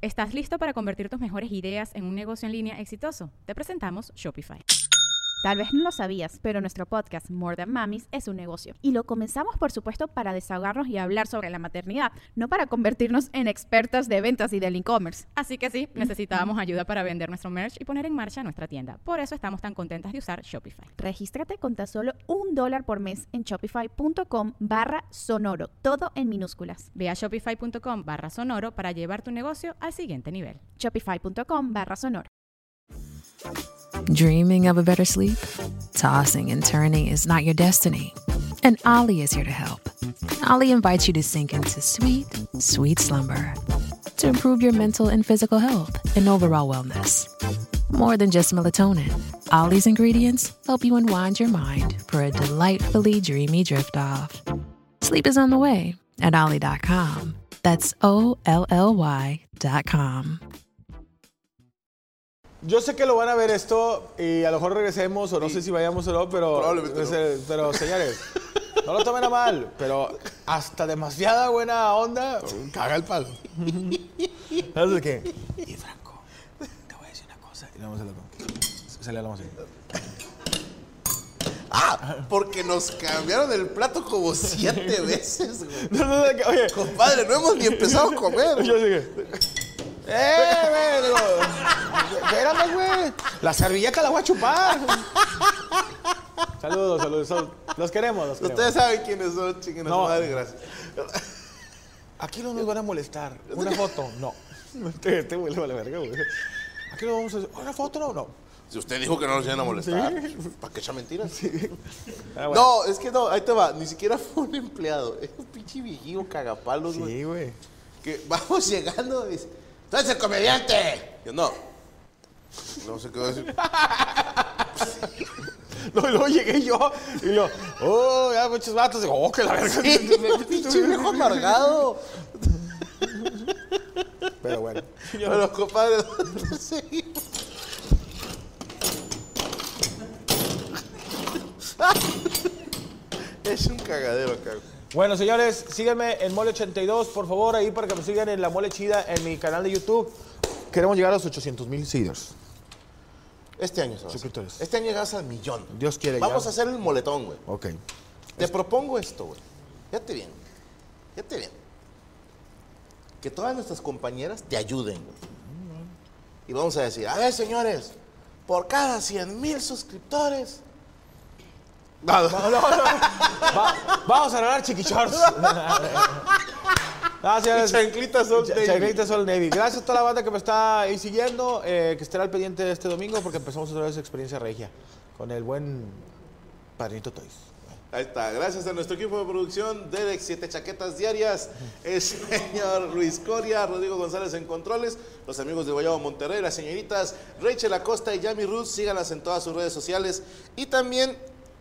¿Estás listo para convertir tus mejores ideas en un negocio en línea exitoso? Te presentamos Shopify. Tal vez no lo sabías, pero nuestro podcast More Than Mamis es un negocio. Y lo comenzamos, por supuesto, para desahogarnos y hablar sobre la maternidad, no para convertirnos en expertas de ventas y del e-commerce. Así que sí, necesitábamos ayuda para vender nuestro merch y poner en marcha nuestra tienda. Por eso estamos tan contentas de usar Shopify. Regístrate con tan solo $1 por mes en shopify.com/sonoro, todo en minúsculas. Ve a shopify.com/sonoro para llevar tu negocio al siguiente nivel. Shopify.com/sonoro. Dreaming of a better sleep? Tossing and turning is not your destiny. And Ollie is here to help. Ollie invites you to sink into sweet, sweet slumber to improve your mental and physical health and overall wellness. More than just melatonin, Ollie's ingredients help you unwind your mind for a delightfully dreamy drift off. Sleep is on the way at Ollie.com. That's OLLY.com. Yo sé que lo van a ver esto y a lo mejor regresemos o no sé si vayamos o no, pero señores, no lo tomen a mal, pero hasta demasiada buena onda caga el palo. ¿Sabes de qué? Y Franco, te voy a decir una cosa. Y vamos a hacerlo así. Porque nos cambiaron el plato como 7 veces, güey. Oye, compadre, no hemos ni empezado a comer. Yo sé digo, espérame, güey. La servilleta la voy a chupar. Saludos. Los queremos. Ustedes saben quiénes son, chiquinos. No. Madre, gracias. Aquí no nos van a molestar. ¿Una foto? No. Te huele a la verga, güey. Aquí no vamos a hacer. ¿Una foto? No. Si usted dijo que no nos iban a molestar, ¿sí? ¿Para qué echa mentiras? Sí. Bueno. No, es que no, ahí te va. Ni siquiera fue un empleado. Es un pinche viejillo cagapalos, güey. Sí, güey. Que vamos llegando y dice, ¡tú eres el comediante! Yo, no sé qué voy a decir. Luego llegué yo y ya muchos vatos. Digo, que la verga. Pinche viejo amargado. Pero bueno. Pero, compadre, ¿dónde seguimos? Es un cagadero acá. Bueno, señores, síganme en Mole82, por favor, ahí para que me sigan en La Mole Chida en mi canal de YouTube. Queremos llegar a los 800,000 seguidores. Este año, suscriptores. Este año llegas al 1,000,000. Dios quiere. Vamos a hacer el moletón, güey. Ok. Te propongo esto, güey. Fíjate bien. Que todas nuestras compañeras te ayuden, güey. Y vamos a decir, a ver, señores, por cada 100,000 suscriptores... Vamos a regalar chiquichorts. Gracias. Chanclitas Sol Navy. Gracias a toda la banda que me está ahí siguiendo, que estará al pendiente de este domingo porque empezamos otra vez Experiencia Regia con el buen Padrinito Toys. Ahí está. Gracias a nuestro equipo de producción, Derek 7 Chaquetas Diarias, el señor Luis Coria, Rodrigo González en Controles, los amigos de Guayabo Monterrey, las señoritas Rachel Acosta y Yami Ruth, síganlas en todas sus redes sociales. Y también...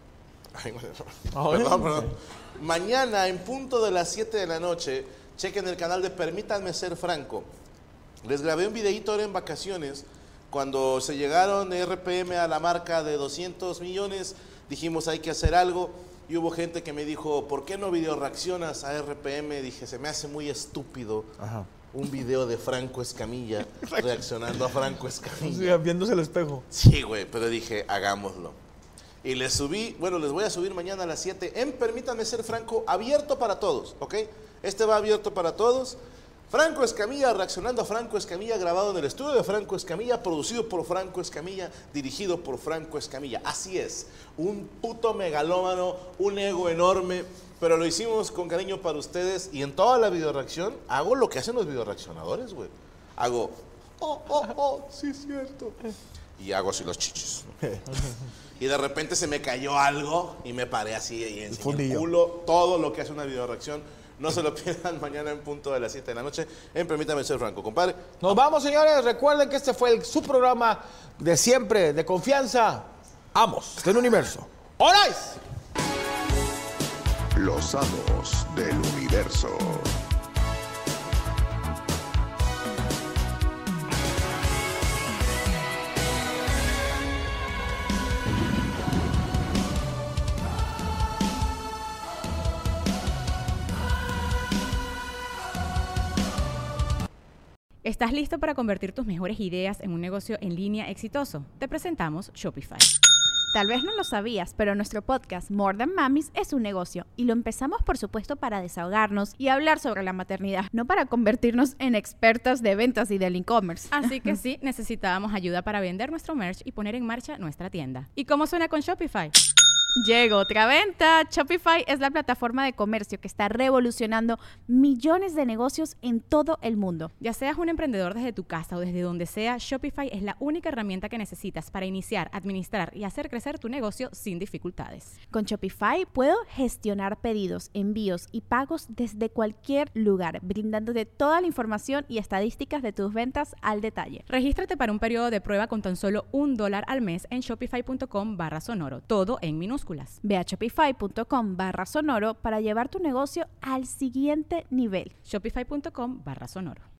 Perdón. Mañana, en punto de las 7 de la noche, chequen el canal de Permítanme Ser Franco. Les grabé un videíto ahora en vacaciones. Cuando se llegaron RPM a la marca de 200 millones, dijimos hay que hacer algo. Y hubo gente que me dijo, ¿por qué no video reaccionas a RPM? Dije, se me hace muy estúpido. Ajá. Un video de Franco Escamilla reaccionando a Franco Escamilla. Sí, viéndose el espejo. Sí, güey, pero dije, hagámoslo. Y les subí, les voy a subir mañana a las 7 en Permítanme Ser Franco, abierto para todos, ¿ok? Este va abierto para todos. Franco Escamilla reaccionando a Franco Escamilla, grabado en el estudio de Franco Escamilla, producido por Franco Escamilla, dirigido por Franco Escamilla. Así es, un puto megalómano, un ego enorme, pero lo hicimos con cariño para ustedes. Y en toda la videoreacción hago lo que hacen los videoreaccionadores, güey. Hago, sí es cierto. Y hago así los chichis. Y de repente se me cayó algo y me paré así y enseñé el culo, todo lo que hace una videoreacción. No se lo pierdan mañana en punto de las 7 de la noche en Permítame Ser Franco, compadre. Nos vamos, señores. Recuerden que este fue su programa de siempre, de confianza. Amos del universo. ¡All right! Los amos del universo. ¿Estás listo para convertir tus mejores ideas en un negocio en línea exitoso? Te presentamos Shopify. Tal vez no lo sabías, pero nuestro podcast More Than Mamis es un negocio y lo empezamos por supuesto para desahogarnos y hablar sobre la maternidad, no para convertirnos en expertas de ventas y del e-commerce. Así que sí, necesitábamos ayuda para vender nuestro merch y poner en marcha nuestra tienda. ¿Y cómo suena con Shopify? Llegó otra venta. Shopify es la plataforma de comercio que está revolucionando millones de negocios en todo el mundo. Ya seas un emprendedor desde tu casa o desde donde sea, Shopify es la única herramienta que necesitas para iniciar, administrar y hacer crecer tu negocio sin dificultades. Con Shopify puedo gestionar pedidos, envíos y pagos desde cualquier lugar, brindándote toda la información y estadísticas de tus ventas al detalle. Regístrate para un periodo de prueba con tan solo $1 al mes en shopify.com/sonoro, todo en minúsculas. Ve a shopify.com/sonoro para llevar tu negocio al siguiente nivel. Shopify.com/sonoro.